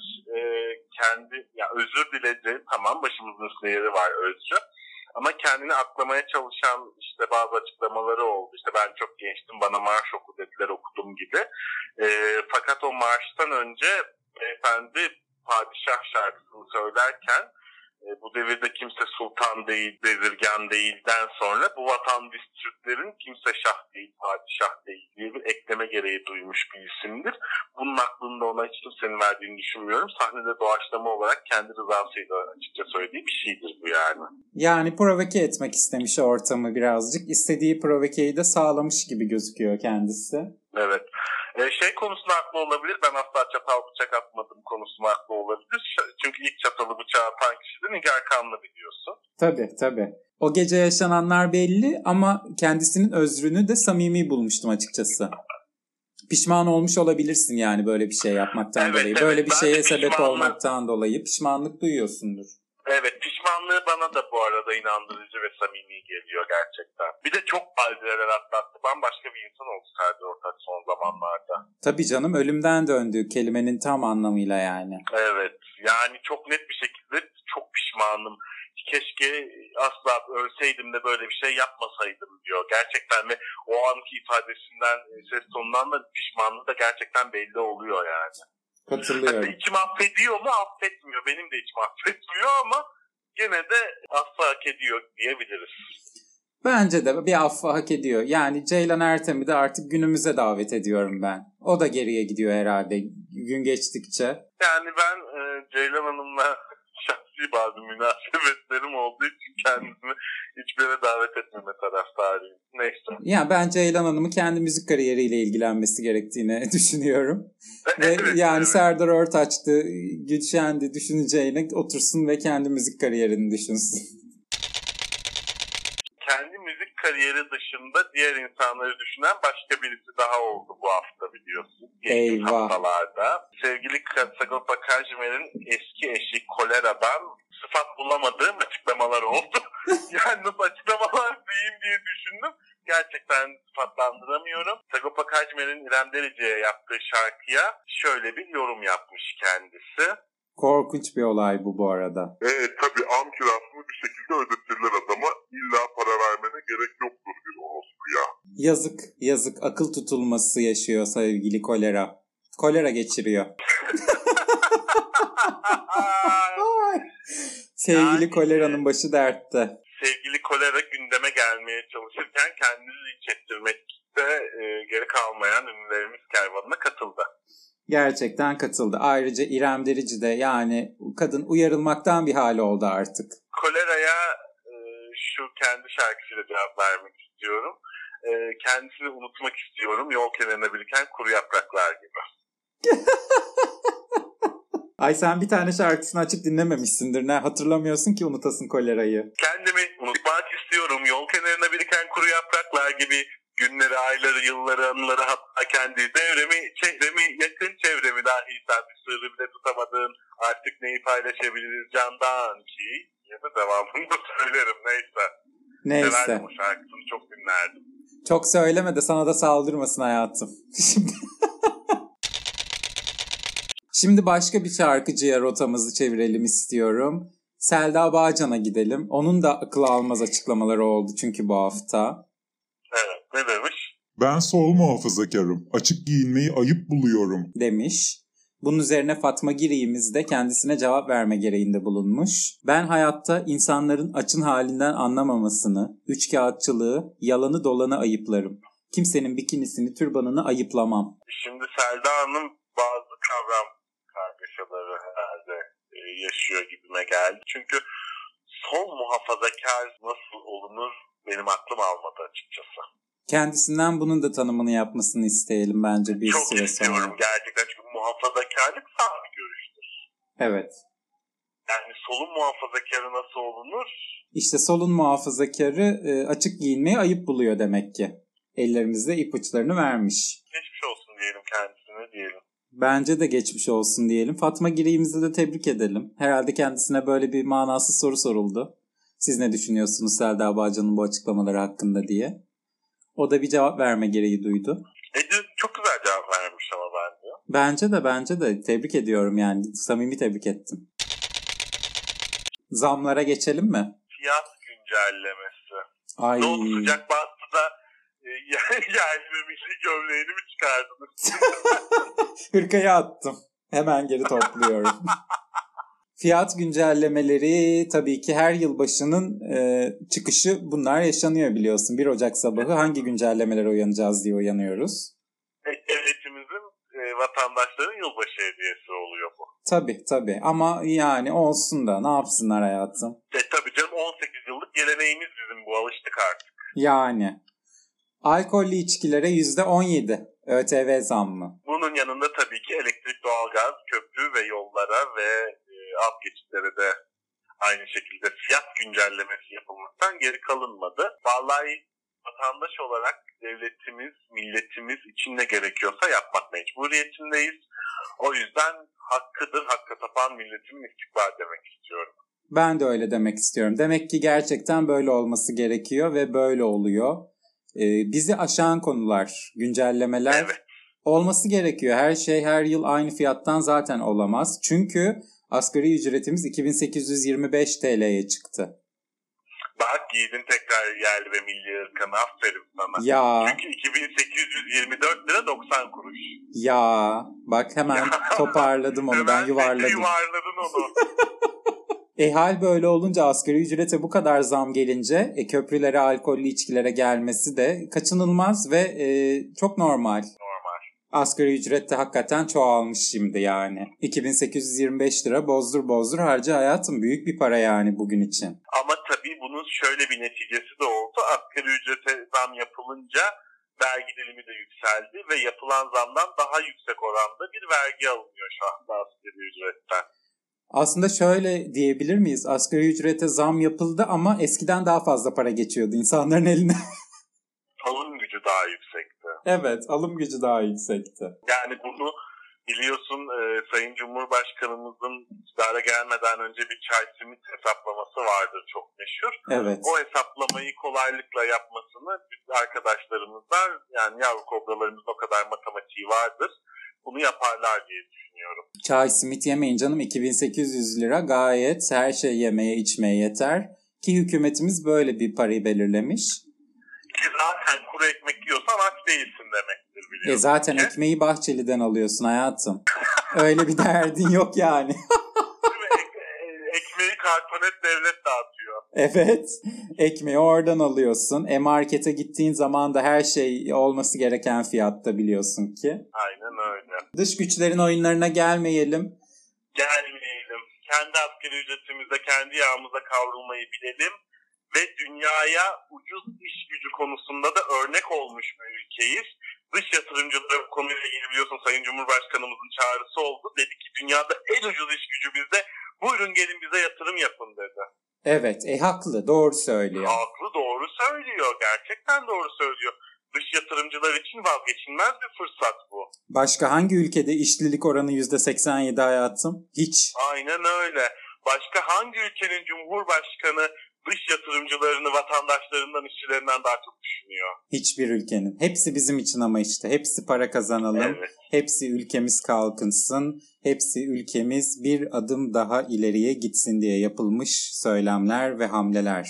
özür diledi. Tamam, başımızın üstünde yeri var özrü. Ama kendini aklamaya çalışan bazı açıklamaları oldu. Ben çok gençtim, bana marş oku dediler, okudum gibi. Fakat o marştan önce beyefendi Padişah şarkısını söylerken bu devirde kimse sultan değil, bezirgan değilden sonra bu vatan biz Türklerin kimse şah değil, padişah değil diye bir ekleme gereği duymuş bir isimdir. Bunun aklında ona hiç kimsenin verdiğini düşünmüyorum. Sahnede doğaçlama olarak kendi rızasıyla açıkça söylediği bir şeydir bu yani. Yani provoke etmek istemiş ortamı birazcık. İstediği provokeyi de sağlamış gibi gözüküyor kendisi. Evet. Konusunda haklı olabilir. Ben asla çatal bıçak atmadım konusunda haklı olabilir. Çünkü ilk çatalı bıçağı atan kişi de Nigar Kanlı, biliyorsun. Tabii. O gece yaşananlar belli ama kendisinin özrünü de samimi bulmuştum açıkçası. Pişman olmuş olabilirsin yani böyle bir şey yapmaktan dolayı. Böyle bir şeye sebep olmaktan dolayı pişmanlık duyuyorsundur. Evet, pişmanlığı bana da bu arada inandırıcı ve samimi geliyor gerçekten. Bir de çok badireler atlattı. Bambaşka bir insan oldu Serdar Ortaç son zamanlarda. Tabii canım, ölümden döndü kelimenin tam anlamıyla yani. Evet, yani çok net bir şekilde çok pişmanım. Keşke asla ölseydim de böyle bir şey yapmasaydım diyor. Gerçekten ve o anki ifadesinden, ses tonundan da pişmanlığı da gerçekten belli oluyor yani. Katılıyorum. İçim affediyor mu? Affetmiyor. Benim de içim affetmiyor ama gene de affı hak ediyor diyebiliriz. Bence de bir affı hak ediyor. Yani Ceylan Ertem'i de artık günümüze davet ediyorum ben. O da geriye gidiyor herhalde gün geçtikçe. Yani ben Ceylan Hanım'la şahsi bazı münasebetlerim olduğu için kendisini hiçbir yere davet etmeme taraftarıyım. Neyse. Ya ben Ceylan Hanım'ın kendi müzik kariyeriyle ilgilenmesi gerektiğini düşünüyorum. Ve Evet, yani evet. Serdar Ortaç'tı, Gülşen'di düşüneceğine otursun ve kendi müzik kariyerini düşünsün. Kendi müzik kariyeri dışında diğer insanları düşünen başka birisi daha oldu bu hafta biliyorsun. Geçtiğimiz Eyvah. haftalarda. Sevgili Sagopa Kajmer'in eski eşi Kolera'dan sıfat bulamadığım açıklamalar oldu. Yani nasıl açıklamalar diyeyim diye düşündüm. Gerçekten sıfatlandıramıyorum. Sagopa Kajmer'in İrem Derici'ye yaptığı şarkıya şöyle bir yorum yapmış kendisi. Korkunç bir olay bu arada. Tabii am kirasını bir şekilde ödetirler adama. İlla para vermene gerek yoktur bir orospuya. Yazık. Akıl tutulması yaşıyor sevgili Kolera. Kolera geçiriyor. Sevgili Yani- Kolera'nın başı dertte. Sevgili Kolera gündeme gelmeye çalışırken kendini linç ettirmekte geri kalmayan ünlülerimiz kervanına katıldı. Gerçekten katıldı. Ayrıca İrem Derici de yani kadın uyarılmaktan bir hali oldu artık. Kolera'ya şu kendi şarkısıyla cevap vermek istiyorum. Kendisini unutmak istiyorum. Yol kenarına biriken kuru yapraklar gibi. Ay sen bir tane şarkısını açıp dinlememişsindir. Ne hatırlamıyorsun ki unutasın Kolera'yı. Kendimi unutmak istiyorum. Yol kenarına biriken kuru yapraklar gibi. Günleri, ayları, yılları, anıları hatta kendi devremi, çehremi, yakın çevremi dahi sen bir sırrı bile tutamadığın artık neyi paylaşabiliriz candan ki? Ya da devamını da söylerim neyse. Neyse. Severdim o şarkısını çok dinlerdim. Çok söyleme de sana da saldırmasın hayatım. Şimdi başka bir şarkıcıya rotamızı çevirelim istiyorum. Selda Bağcan'a gidelim. Onun da akıl almaz açıklamaları oldu çünkü bu hafta. Evet, ne demiş? Ben sol muhafazakarım. Açık giyinmeyi ayıp buluyorum. Demiş. Bunun üzerine Fatma Giri'miz de kendisine cevap verme gereğinde bulunmuş. Ben hayatta insanların açın halinden anlamamasını, üçkağıtçılığı, yalanı dolanı ayıplarım. Kimsenin bikinisini, türbanını ayıplamam. Şimdi Selda Hanım bazı kavram kargaşaları herhalde yaşıyor gibime geldi. Çünkü sol muhafazakar nasıl olunur benim aklım almadı açıkçası. Kendisinden bunun da tanımını yapmasını isteyelim bence bir Çok süre istiyorum sonra. gerçekten çünkü muhafazakarlık sağ bir görüştür. Evet. Yani solun muhafazakarı nasıl olunur? İşte solun muhafazakarı açık giyinmeyi ayıp buluyor demek ki. Ellerimizde ipuçlarını vermiş. Geçmiş olsun diyelim kendisine diyelim. Bence de geçmiş olsun diyelim. Fatma Giri'mizi de tebrik edelim. Herhalde kendisine böyle bir manasız soru soruldu. Siz ne düşünüyorsunuz Selda Bağcan'ın bu açıklamaları hakkında diye. O da bir cevap verme gereği duydu. Çok güzel cevap vermiş ama bence. Bence de tebrik ediyorum yani. Samimi tebrik ettim. Zamlara geçelim mi? Fiyat güncellemesi. Ay. Ne oldu sıcak bastı da yerli ve milli gömleğini mi çıkardınız? Hırkayı attım. Hemen geri topluyorum. Fiyat güncellemeleri tabii ki her yılbaşının çıkışı bunlar yaşanıyor biliyorsun. 1 Ocak sabahı hangi güncellemelere uyanacağız diye uyanıyoruz. Devletimizin vatandaşların yılbaşı hediyesi oluyor bu. Tabii ama yani olsun da ne yapsınlar hayatım. Tabii canım 18 yıllık geleneğimiz bizim bu alıştık artık. Yani alkollü içkilere %17 ÖTV zammı. Bunun yanında tabii ki elektrik, doğalgaz, köprü ve yollara ve alt geçitlere de aynı şekilde fiyat güncellemesi yapılmaktan geri kalınmadı. Vallahi vatandaş olarak devletimiz, milletimiz için ne gerekiyorsa yapmak mecburiyetindeyiz. O yüzden hakkıdır, hakka tapan milletimin istikbal demek istiyorum. Ben de öyle demek istiyorum. Demek ki gerçekten böyle olması gerekiyor ve böyle oluyor. Bizi aşan konular, güncellemeler Evet. olması gerekiyor. Her şey her yıl aynı fiyattan zaten olamaz. Çünkü asgari ücretimiz 2825 TL'ye çıktı. Bak giydin tekrar yerli ve milli ırkanı. Aferin sana. Ya Çünkü 2824 lira 90 kuruş. ya bak hemen toparladım onu, ben Hemen yuvarladım. yuvarladın onu. Hal böyle olunca, asgari ücrete bu kadar zam gelince köprülere, alkollü içkilere gelmesi de kaçınılmaz ve çok normal. Normal. Asgari ücret de hakikaten çoğalmış şimdi yani. 2825 lira bozdur bozdur harca hayatım, büyük bir para yani bugün için. Ama tabii bunun şöyle bir neticesi de oldu. Asgari ücrete zam yapılınca vergi dilimi de yükseldi ve yapılan zamdan daha yüksek oranda bir vergi alınıyor şu anda asgari ücretten. Aslında şöyle diyebilir miyiz? Asgari ücrete zam yapıldı ama eskiden daha fazla para geçiyordu insanların eline. Alım gücü daha yüksekti. Evet, alım gücü daha yüksekti. Yani bunu biliyorsun, Sayın Cumhurbaşkanımızın iktidara gelmeden önce bir çay simit hesaplaması vardır, çok meşhur. Evet. O hesaplamayı kolaylıkla yapmasını biz arkadaşlarımızdan, yani yavru kobralarımızın o kadar matematiği vardır, bunu yaparlar diye düşünüyorum. Çay simit yemeyin canım, 2800 lira gayet her şey yemeye içmeye yeter. Ki hükümetimiz böyle bir parayı belirlemiş. Ki zaten kuru ekmek yiyorsan aç değilsin demektir, biliyorsun. Zaten ki. ekmeği Bahçeli'den alıyorsun hayatım. Öyle bir derdin yok yani. Değil mi? Ekmeği kartonet devlet dağıtıyor. Evet, ekmeği oradan alıyorsun. Markete gittiğin zaman da her şey olması gereken fiyatta, biliyorsun ki. Aynen öyle. Dış güçlerin oyunlarına gelmeyelim. Gelmeyelim. Kendi asgari ücretimizde kendi yağımıza kavrulmayı bilelim. Ve dünyaya ucuz iş gücü konusunda da örnek olmuş bir ülkeyiz. Dış yatırımcılara bu konuyla ilgili biliyorsun Sayın Cumhurbaşkanımızın çağrısı oldu. Dedi ki dünyada en ucuz iş gücü bizde. Buyurun gelin bize yatırım yapın dedi. Evet, haklı, doğru söylüyor. Haklı, doğru söylüyor. Gerçekten doğru söylüyor. Dış yatırımcılar için vazgeçilmez bir fırsat bu. Başka hangi ülkede işsizlik oranı %87 hayatım? Hiç. Aynen öyle. Başka hangi ülkenin cumhurbaşkanı dış yatırımcılarını vatandaşlarından, işçilerinden daha çok düşünüyor? Hiçbir ülkenin. Hepsi bizim için ama işte. Hepsi para kazanalım. Evet. Hepsi ülkemiz kalkınsın. Hepsi ülkemiz bir adım daha ileriye gitsin diye yapılmış söylemler ve hamleler.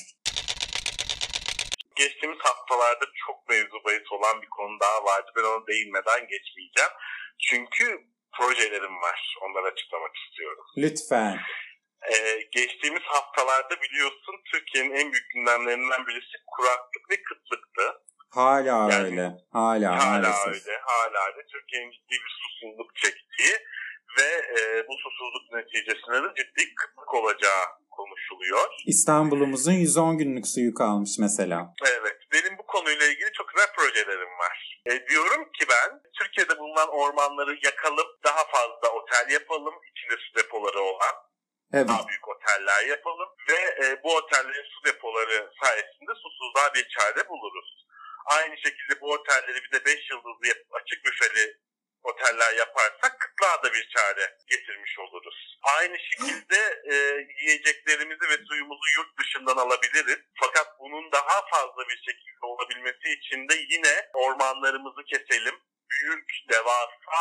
Geçtiğimiz haftalarda çok mevzu bahis olan bir konu daha vardı. Ben ona değinmeden geçmeyeceğim. Çünkü projelerim var. Onları açıklamak istiyorum. Lütfen. Geçtiğimiz haftalarda biliyorsun Türkiye'nin en büyük gündemlerinden birisi kuraklık ve kıtlıktı. Hala Yani, öyle. Hala maalesef. Hala öyle. Türkiye'nin ciddi bir susuzluk çektiği ve bu susuzluk neticesinde de ciddi kıtlık olacağı konuşuluyor. İstanbul'umuzun 110 günlük suyu kalmış mesela. Evet. Benim bu konuyla ilgili çok güzel projelerim var. Diyorum ki ben Türkiye'de bulunan ormanları yakalım, daha fazla otel yapalım, içinde su depoları olan. Evet. Daha büyük oteller yapalım ve bu otellerin su depoları sayesinde susuzluğa bir çare buluruz. Aynı şekilde bu otelleri bir de 5 yıldızlı açık büfeli oteller yaparsak kıtlığa da bir çare getirmiş oluruz. Aynı şekilde yiyeceklerimizi ve suyumuzu yurt dışından alabiliriz. Fakat bunun daha fazla bir şekilde olabilmesi için de yine ormanlarımızı keselim. Büyük, devasa,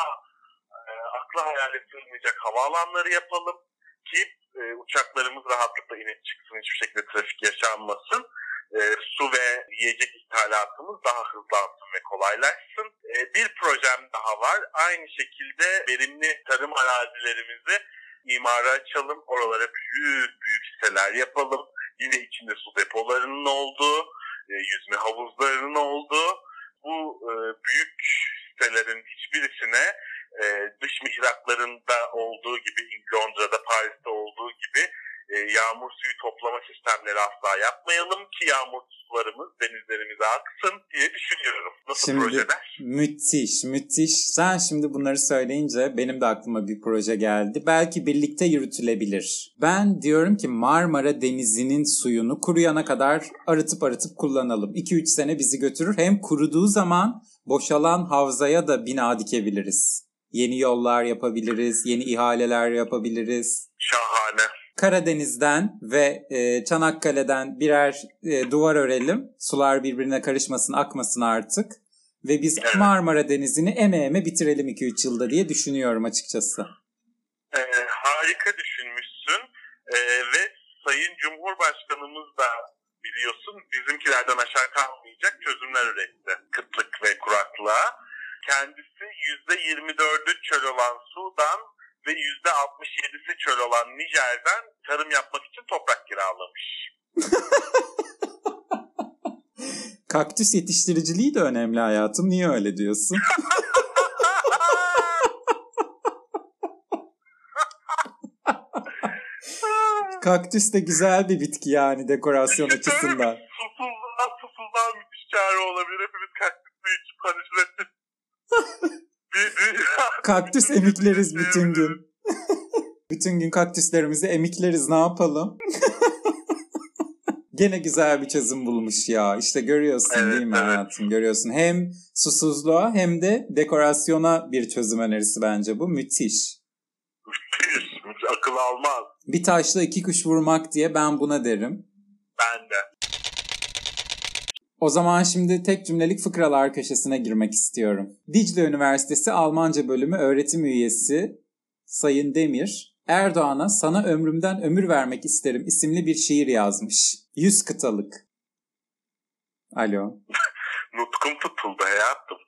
akla hayale sığmayacak havaalanları yapalım ki uçaklarımız rahatlıkla inip çıksın, hiçbir şekilde trafik yaşanmasın. Su ve yiyecek ithalatımız daha hızlansın ve kolaylaşsın. Bir projem daha var. Aynı şekilde verimli tarım arazilerimizi imara açalım. Oralara büyük siteler yapalım. Yine içinde su depolarının olduğu, yüzme havuzlarının olduğu bu büyük sitelerin hiçbirisine dış mihraklarında olduğu gibi, Londra'da, Paris'te olduğu gibi yağmur suyu toplama sistemleri asla yapmayalım ki yağmur sularımız denizlerimize aksın diye düşünüyorum. Nasıl Şimdi, projeler? Müthiş. Sen şimdi bunları söyleyince benim de aklıma bir proje geldi. Belki birlikte yürütülebilir. Ben diyorum ki Marmara Denizi'nin suyunu kuruyana kadar arıtıp kullanalım. 2-3 sene bizi götürür. Hem kuruduğu zaman boşalan havzaya da bina dikebiliriz. Yeni yollar yapabiliriz, yeni ihaleler yapabiliriz. Şahane. Karadeniz'den ve Çanakkale'den birer duvar örelim. Sular birbirine karışmasın, akmasın artık. Ve biz Marmara Denizi'ni eme bitirelim 2-3 yılda diye düşünüyorum açıkçası. Harika düşünmüşsün. Ve Sayın Cumhurbaşkanımız da biliyorsun bizimkilerden aşağı kalmayacak çözümler üretti kıtlık ve kuraklığa. Kendisi %24'ü çöl olan Sudan ve %67'si çöl olan Nijer'den tarım yapmak için toprak kiralamış. Kaktüs yetiştiriciliği de önemli hayatım. Niye öyle diyorsun? Kaktüs de güzel bir bitki yani dekorasyon açısından. Susuzluğa müthiş çare olabilir. Hepimiz kaktüsü içip konuşuruz. Kaktüs emikleriz bütün gün. Bütün gün kaktüslerimizi emikleriz, ne yapalım? Gene güzel bir çözüm bulmuş ya. İşte görüyorsun evet, değil mi evet. hayatım? Görüyorsun. Hem susuzluğa hem de dekorasyona bir çözüm önerisi bence bu. Müthiş. Müthiş. Akıl almaz. Bir taşla iki kuş vurmak diye ben buna derim. Ben de. O zaman şimdi tek cümlelik fıkralar köşesine girmek istiyorum. Dicle Üniversitesi Almanca bölümü öğretim üyesi Sayın Demir, Erdoğan'a "Sana ömrümden ömür vermek isterim" isimli bir şiir yazmış. 100 kıtalık. Alo. Nutkum tutuldu hayatım.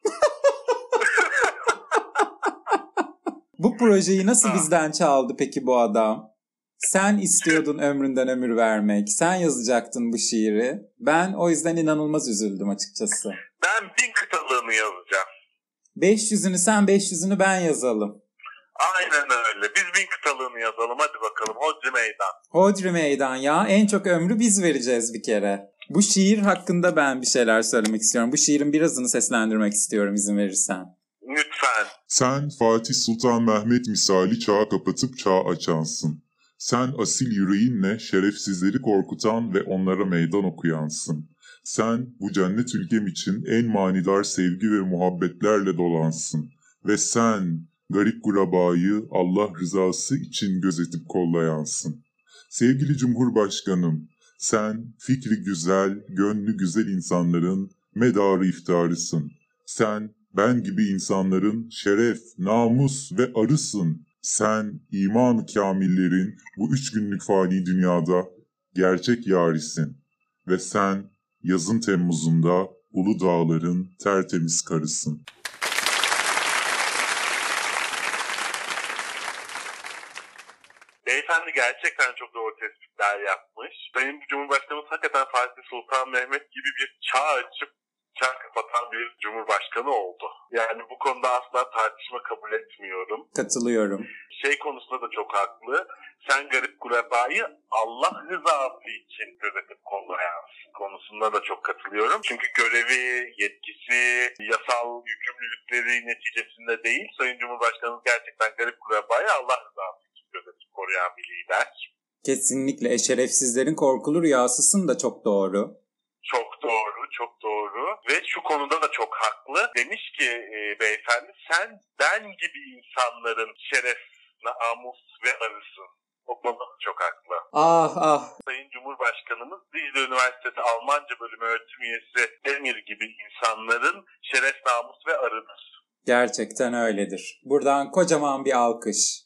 Bu projeyi nasıl bizden çaldı peki bu adam? Sen istiyordun ömründen ömür vermek. Sen yazacaktın bu şiiri. Ben o yüzden inanılmaz üzüldüm açıkçası. Ben 1000 kıtalığını yazacağım. 500'ünü sen, 500'ünü ben yazalım. Aynen öyle. Biz 1000 kıtalığını yazalım. Hadi bakalım. Hodri meydan. Hodri meydan ya. En çok ömrü biz vereceğiz bir kere. Bu şiir hakkında ben bir şeyler söylemek istiyorum. Bu şiirin birazını seslendirmek istiyorum izin verirsen. Lütfen. Sen Fatih Sultan Mehmet misali çağ kapatıp çağ açansın. Sen asil yüreğinle şerefsizleri korkutan ve onlara meydan okuyansın. Sen bu cennet ülkem için en manidar sevgi ve muhabbetlerle dolansın. Ve sen garip gurabayı Allah rızası için gözetip kollayansın. Sevgili Cumhurbaşkanım, sen fikri güzel, gönlü güzel insanların medarı iftiharısın. Sen ben gibi insanların şeref, namus ve arısın. Sen iman-ı kamillerin bu 3 günlük fani dünyada gerçek yarisin. Ve sen yazın Temmuz'unda ulu dağların tertemiz karısın. Beyefendi gerçekten çok doğru tespitler yapmış. Sayın Cumhurbaşkanımız hakikaten Fatih Sultan Mehmet gibi bir çağ açıp çağ kapatan bir cumhurbaşkanı oldu. Yani bu konuda asla tartışma kabul etmiyorum. Katılıyorum. Şey konusunda da çok haklı. Sen garip kurabayı Allah rızası için gözetip kollayansın konusunda da çok katılıyorum. Çünkü görevi, yetkisi, yasal yükümlülükleri neticesinde değil. Sayın Cumhurbaşkanımız gerçekten garip kurabayı Allah rızası için gözetip koruyan bir lider. Kesinlikle şerefsizlerin korkulu rüyasısın da çok doğru. Çok doğru, çok doğru. Ve şu konuda da çok haklı. Demiş ki beyefendi, sen ben gibi insanların şeref, namus ve arısın. O konuda da çok haklı. Ah ah. Sayın Cumhurbaşkanımız Dicle Üniversitesi Almanca bölümü öğretim üyesi Demir gibi insanların şeref, namus ve arıdır. Gerçekten öyledir. Buradan kocaman bir alkış.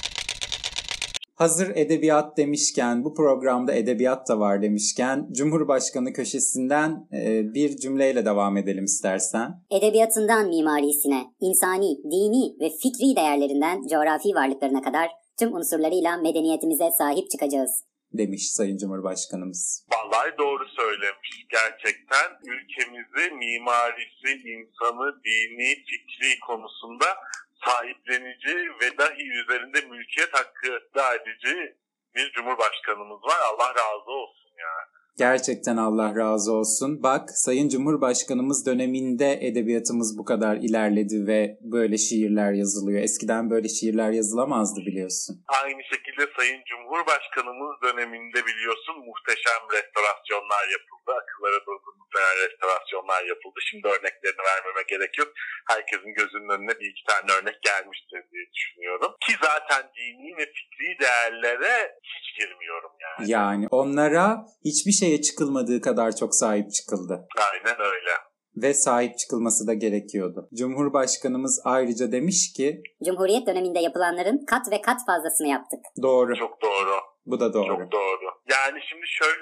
Hazır edebiyat demişken, bu programda edebiyat da var demişken, Cumhurbaşkanı köşesinden bir cümleyle devam edelim istersen. Edebiyatından mimarisine, insani, dini ve fikri değerlerinden coğrafi varlıklarına kadar tüm unsurlarıyla medeniyetimize sahip çıkacağız, demiş Sayın Cumhurbaşkanımız. Vallahi doğru söylemiş. Gerçekten ülkemizi mimarisi, insanı, dini, fikri konusunda sahiplenici ve dahi üzerinde mülkiyet hakkı da edici bir cumhurbaşkanımız var. Allah razı olsun yani. Gerçekten Allah razı olsun. Bak, Sayın Cumhurbaşkanımız döneminde edebiyatımız bu kadar ilerledi ve böyle şiirler yazılıyor. Eskiden böyle şiirler yazılamazdı biliyorsun. Aynı şekilde Sayın Cumhurbaşkanımız döneminde biliyorsun muhteşem restorasyonlar yapıldı. Akıllara dokunmayan restorasyonlar yapıldı. Şimdi örneklerini vermeme gerek yok. Herkesin gözünün önüne bir iki tane örnek gelmiştir diye düşünüyorum. Ki zaten dini ve fikri değerlere hiç girmiyorum yani. Yani onlara hiçbir şeye çıkılmadığı kadar çok sahip çıkıldı. Aynen öyle. Ve sahip çıkılması da gerekiyordu. Cumhurbaşkanımız ayrıca demiş ki, Cumhuriyet döneminde yapılanların kat ve kat fazlasını yaptık. doğru. Çok doğru. Bu da doğru. Çok doğru. Yani şimdi şöyle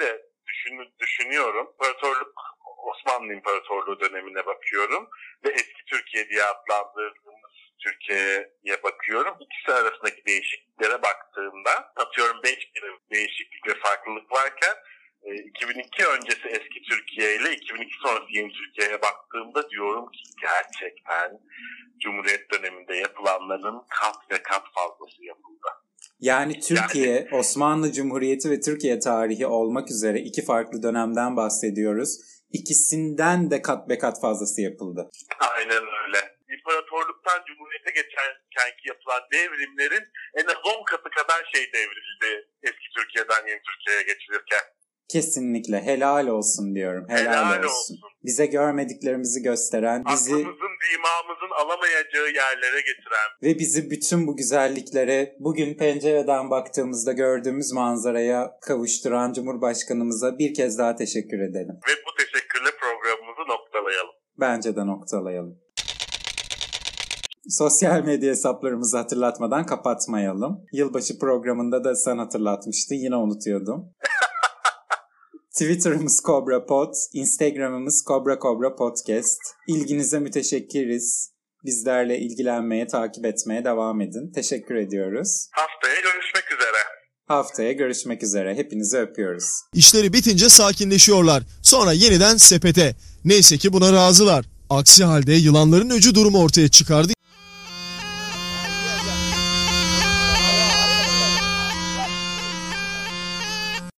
düşünüyorum. Osmanlı İmparatorluğu dönemine bakıyorum ve eski Türkiye diye adlandırdığımız Türkiye'ye bakıyorum. İkisi arasındaki değişikliklere baktığımda atıyorum 5 birim değişiklik ve farklılık varken 2002 öncesi eski Türkiye ile 2002 sonrası yeni Türkiye'ye baktığımda diyorum ki gerçekten Cumhuriyet döneminde yapılanların kat ve kat fazlası yapıldı. Yani Türkiye, Osmanlı Cumhuriyeti ve Türkiye tarihi olmak üzere iki farklı dönemden bahsediyoruz. İkisinden de kat be kat fazlası yapıldı. Aynen öyle. İmparatorluktan Cumhuriyete geçerkenki yapılan devrimlerin en az 10 katı kadar şey devrildi eski Türkiye'den yeni Türkiye'ye geçilirken. Kesinlikle helal olsun diyorum. Helal olsun. Bize görmediklerimizi gösteren, bizi aklımızın, dimağımızın alamayacağı yerlere getiren ve bizi bütün bu güzelliklere, bugün pencereden baktığımızda gördüğümüz manzaraya kavuşturan Cumhurbaşkanımıza bir kez daha teşekkür edelim. Ve bu teşekkürle programımızı noktalayalım. Bence de noktalayalım. Sosyal medya hesaplarımızı hatırlatmadan kapatmayalım. Yılbaşı programında da sen hatırlatmıştın, yine unutuyordum. Twitter'ımız CobraPod, Instagram'ımız Cobra Podcast. İlginize müteşekkiriz. Bizlerle ilgilenmeye, takip etmeye devam edin. Teşekkür ediyoruz. Haftaya görüşmek üzere. Hepinizi öpüyoruz. İşleri bitince sakinleşiyorlar. Sonra yeniden sepete. Neyse ki buna razılar. Aksi halde yılanların öcü durumu ortaya çıkardı.